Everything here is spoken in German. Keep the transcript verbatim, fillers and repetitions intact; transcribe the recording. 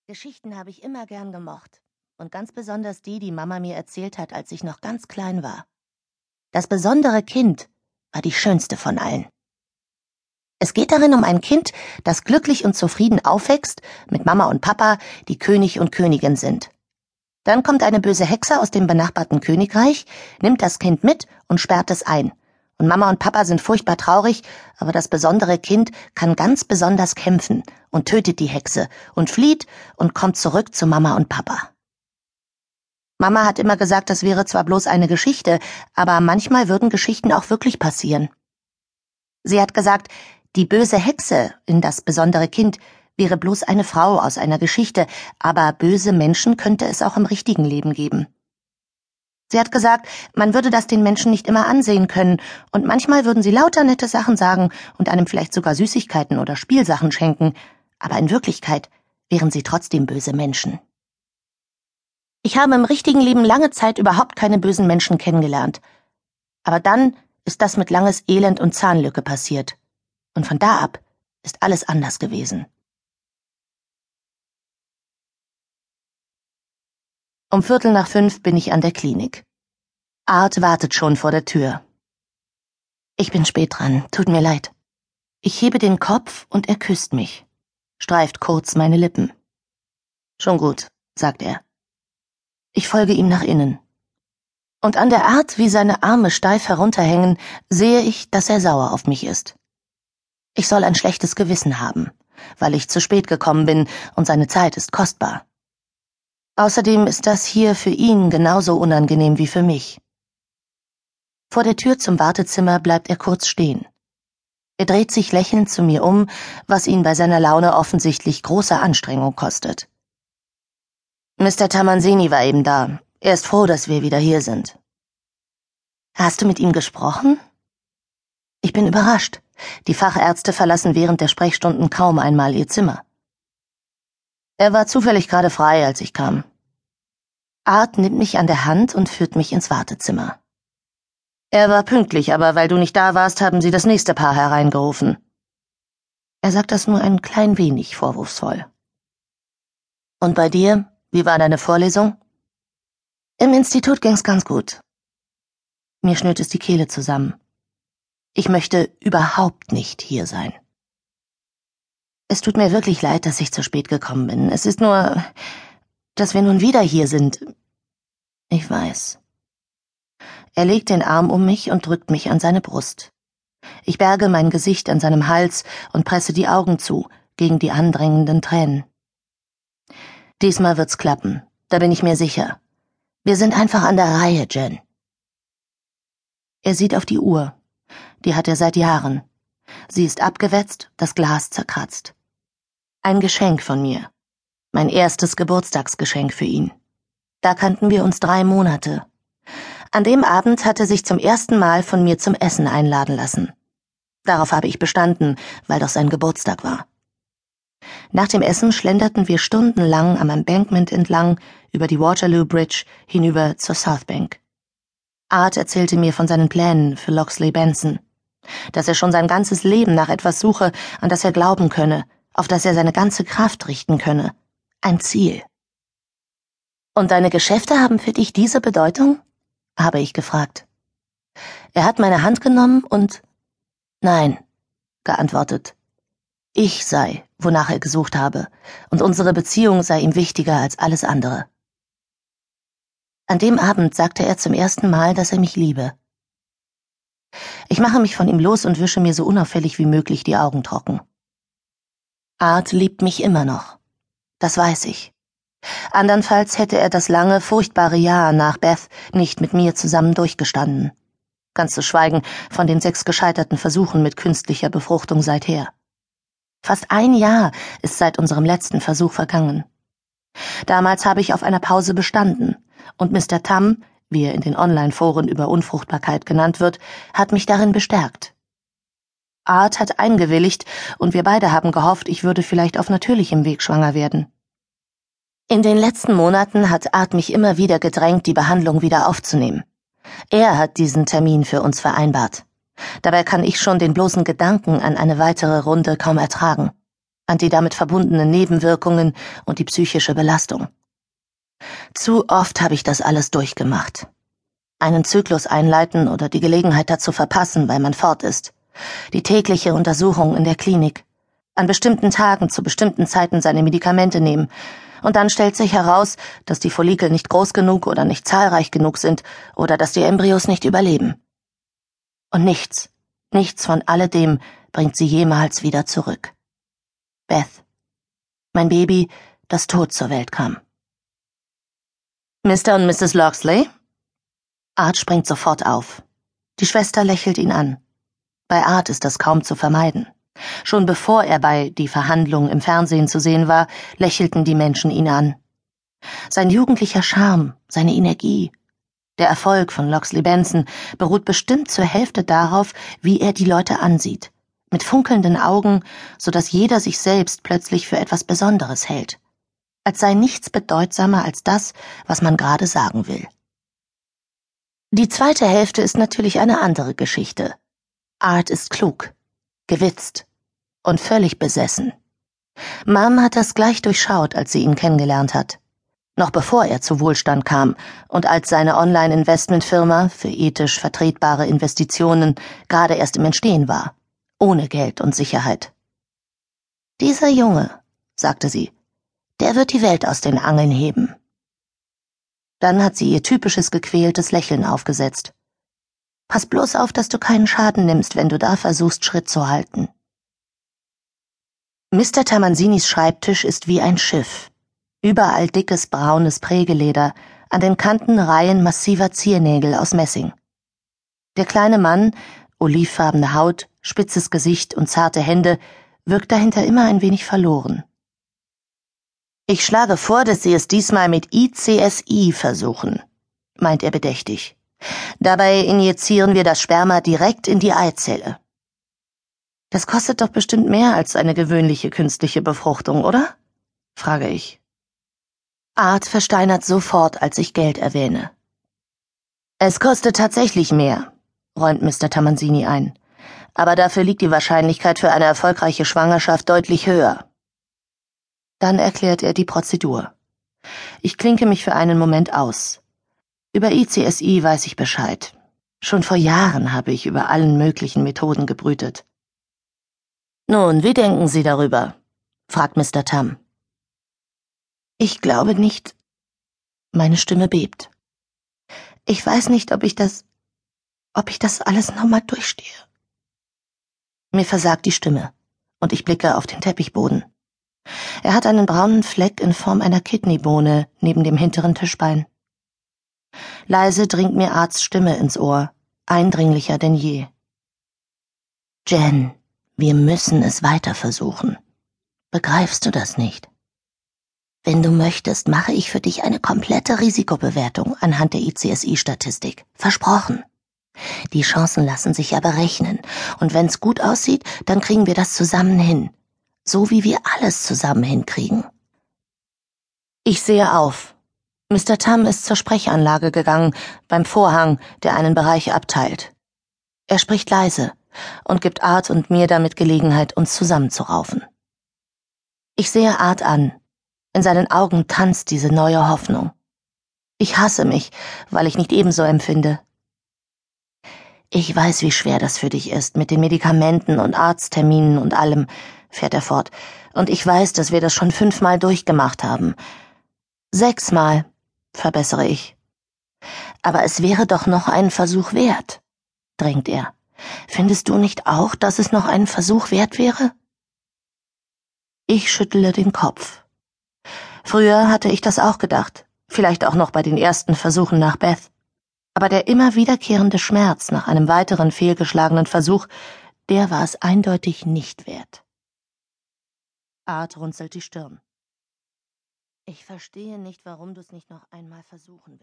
Geschichten habe ich immer gern gemocht. Und ganz besonders die, die Mama mir erzählt hat, als ich noch ganz klein war. Das besondere Kind war die schönste von allen. Es geht darin um ein Kind, das glücklich und zufrieden aufwächst, mit Mama und Papa, die König und Königin sind. Dann kommt eine böse Hexe aus dem benachbarten Königreich, nimmt das Kind mit und sperrt es ein. Und Mama und Papa sind furchtbar traurig, aber das besondere Kind kann ganz besonders kämpfen und tötet die Hexe und flieht und kommt zurück zu Mama und Papa. Mama hat immer gesagt, das wäre zwar bloß eine Geschichte, aber manchmal würden Geschichten auch wirklich passieren. Sie hat gesagt, die böse Hexe in das besondere Kind wäre bloß eine Frau aus einer Geschichte, aber böse Menschen könnte es auch im richtigen Leben geben. Sie hat gesagt, man würde das den Menschen nicht immer ansehen können und manchmal würden sie lauter nette Sachen sagen und einem vielleicht sogar Süßigkeiten oder Spielsachen schenken, aber in Wirklichkeit wären sie trotzdem böse Menschen. Ich habe im richtigen Leben lange Zeit überhaupt keine bösen Menschen kennengelernt. Aber dann ist das mit Langes Elend und Zahnlücke passiert. Und von da ab ist alles anders gewesen. Um Viertel nach fünf bin ich an der Klinik. Art wartet schon vor der Tür. Ich bin spät dran, tut mir leid. Ich hebe den Kopf und er küsst mich, streift kurz meine Lippen. Schon gut, sagt er. Ich folge ihm nach innen. Und an der Art, wie seine Arme steif herunterhängen, sehe ich, dass er sauer auf mich ist. Ich soll ein schlechtes Gewissen haben, weil ich zu spät gekommen bin und seine Zeit ist kostbar. Außerdem ist das hier für ihn genauso unangenehm wie für mich. Vor der Tür zum Wartezimmer bleibt er kurz stehen. Er dreht sich lächelnd zu mir um, was ihn bei seiner Laune offensichtlich große Anstrengung kostet. Mister Tamanzini war eben da. Er ist froh, dass wir wieder hier sind. Hast du mit ihm gesprochen? Ich bin überrascht. Die Fachärzte verlassen während der Sprechstunden kaum einmal ihr Zimmer. Er war zufällig gerade frei, als ich kam. Art nimmt mich an der Hand und führt mich ins Wartezimmer. Er war pünktlich, aber weil du nicht da warst, haben sie das nächste Paar hereingerufen. Er sagt das nur ein klein wenig vorwurfsvoll. Und bei dir? Wie war deine Vorlesung? Im Institut ging's ganz gut. Mir schnürt es die Kehle zusammen. Ich möchte überhaupt nicht hier sein. Es tut mir wirklich leid, dass ich zu spät gekommen bin. Es ist nur, dass wir nun wieder hier sind. Ich weiß. Er legt den Arm um mich und drückt mich an seine Brust. Ich berge mein Gesicht an seinem Hals und presse die Augen zu, gegen die andrängenden Tränen. Diesmal wird's klappen, da bin ich mir sicher. Wir sind einfach an der Reihe, Jen. Er sieht auf die Uhr. Die hat er seit Jahren. Sie ist abgewetzt, das Glas zerkratzt. Ein Geschenk von mir. Mein erstes Geburtstagsgeschenk für ihn. Da kannten wir uns drei Monate. An dem Abend hat er sich zum ersten Mal von mir zum Essen einladen lassen. Darauf habe ich bestanden, weil doch sein Geburtstag war. Nach dem Essen schlenderten wir stundenlang am Embankment entlang, über die Waterloo Bridge, hinüber zur South Bank. Art erzählte mir von seinen Plänen für Loxley Benson, dass er schon sein ganzes Leben nach etwas suche, an das er glauben könne, auf das er seine ganze Kraft richten könne. Ein Ziel. Und deine Geschäfte haben für dich diese Bedeutung? Habe ich gefragt. Er hat meine Hand genommen und Nein, geantwortet. Ich sei, wonach er gesucht habe, und unsere Beziehung sei ihm wichtiger als alles andere. An dem Abend sagte er zum ersten Mal, dass er mich liebe. Ich mache mich von ihm los und wische mir so unauffällig wie möglich die Augen trocken. Art liebt mich immer noch. Das weiß ich. Andernfalls hätte er das lange, furchtbare Jahr nach Beth nicht mit mir zusammen durchgestanden. Ganz zu schweigen von den sechs gescheiterten Versuchen mit künstlicher Befruchtung seither. Fast ein Jahr ist seit unserem letzten Versuch vergangen. Damals habe ich auf einer Pause bestanden, und Mister Tam, wie er in den Online-Foren über Unfruchtbarkeit genannt wird, hat mich darin bestärkt. Art hat eingewilligt, und wir beide haben gehofft, ich würde vielleicht auf natürlichem Weg schwanger werden. In den letzten Monaten hat Art mich immer wieder gedrängt, die Behandlung wieder aufzunehmen. Er hat diesen Termin für uns vereinbart. Dabei kann ich schon den bloßen Gedanken an eine weitere Runde kaum ertragen. an die damit verbundenen Nebenwirkungen und die psychische Belastung. Zu oft habe ich das alles durchgemacht. Einen Zyklus einleiten oder die Gelegenheit dazu verpassen, weil man fort ist. Die tägliche Untersuchung in der Klinik. An bestimmten Tagen zu bestimmten Zeiten seine Medikamente nehmen. Und dann stellt sich heraus, dass die Follikel nicht groß genug oder nicht zahlreich genug sind oder dass die Embryos nicht überleben. Und nichts, nichts von alledem bringt sie jemals wieder zurück. Beth. Mein Baby, das tot zur Welt kam. Mister und Misses Loxley? Art springt sofort auf. Die Schwester lächelt ihn an. Bei Art ist das kaum zu vermeiden. Schon bevor er bei Die Verhandlung im Fernsehen zu sehen war, lächelten die Menschen ihn an. Sein jugendlicher Charme, seine Energie. Der Erfolg von Loxley Benson beruht bestimmt zur Hälfte darauf, wie er die Leute ansieht. Mit funkelnden Augen, so dass jeder sich selbst plötzlich für etwas Besonderes hält. Als sei nichts bedeutsamer als das, was man gerade sagen will. Die zweite Hälfte ist natürlich eine andere Geschichte. Art ist klug, gewitzt und völlig besessen. Mom hat das gleich durchschaut, als sie ihn kennengelernt hat. Noch bevor er zu Wohlstand kam und als seine Online-Investmentfirma für ethisch vertretbare Investitionen gerade erst im Entstehen war, ohne Geld und Sicherheit. Dieser Junge, sagte sie, der wird die Welt aus den Angeln heben. Dann hat sie ihr typisches gequältes Lächeln aufgesetzt. Pass bloß auf, dass du keinen Schaden nimmst, wenn du da versuchst, Schritt zu halten. Mister Tamansinis Schreibtisch ist wie ein Schiff. Überall dickes braunes Prägeleder, an den Kanten Reihen massiver Ziernägel aus Messing. Der kleine Mann, olivfarbene Haut, spitzes Gesicht und zarte Hände, wirkt dahinter immer ein wenig verloren. Ich schlage vor, dass Sie es diesmal mit I C S I versuchen, meint er bedächtig. Dabei injizieren wir das Sperma direkt in die Eizelle. Das kostet doch bestimmt mehr als eine gewöhnliche künstliche Befruchtung, oder? Frage ich. Art versteinert sofort, als ich Geld erwähne. Es kostet tatsächlich mehr, räumt Mister Tamanzini ein. Aber dafür liegt die Wahrscheinlichkeit für eine erfolgreiche Schwangerschaft deutlich höher. Dann erklärt er die Prozedur. Ich klinke mich für einen Moment aus. Über I C S I weiß ich Bescheid. Schon vor Jahren habe ich über allen möglichen Methoden gebrütet. Nun, wie denken Sie darüber? Fragt Mister Tam. Ich glaube nicht. Meine Stimme bebt. Ich weiß nicht, ob ich das, ob ich das alles nochmal durchstehe. Mir versagt die Stimme und ich blicke auf den Teppichboden. Er hat einen braunen Fleck in Form einer Kidneybohne neben dem hinteren Tischbein. Leise dringt mir Arts Stimme ins Ohr, eindringlicher denn je. Jen, wir müssen es weiter versuchen. Begreifst du das nicht? Wenn du möchtest, mache ich für dich eine komplette Risikobewertung anhand der I C S I-Statistik. Versprochen. Die Chancen lassen sich ja berechnen, und wenn's gut aussieht, dann kriegen wir das zusammen hin. So wie wir alles zusammen hinkriegen. Ich sehe auf. Mister Tam ist zur Sprechanlage gegangen, beim Vorhang, der einen Bereich abteilt. Er spricht leise und gibt Art und mir damit Gelegenheit, uns zusammenzuraufen. Ich sehe Art an. In seinen Augen tanzt diese neue Hoffnung. Ich hasse mich, weil ich nicht ebenso empfinde. Ich weiß, wie schwer das für dich ist, mit den Medikamenten und Arztterminen und allem, fährt er fort, und ich weiß, dass wir das schon fünfmal durchgemacht haben. Sechsmal, verbessere ich. Aber es wäre doch noch einen Versuch wert, drängt er. Findest du nicht auch, dass es noch einen Versuch wert wäre? Ich schüttle den Kopf. Früher hatte ich das auch gedacht, vielleicht auch noch bei den ersten Versuchen nach Beth. Aber der immer wiederkehrende Schmerz nach einem weiteren fehlgeschlagenen Versuch, der war es eindeutig nicht wert. Art runzelt die Stirn. Ich verstehe nicht, warum du es nicht noch einmal versuchen willst.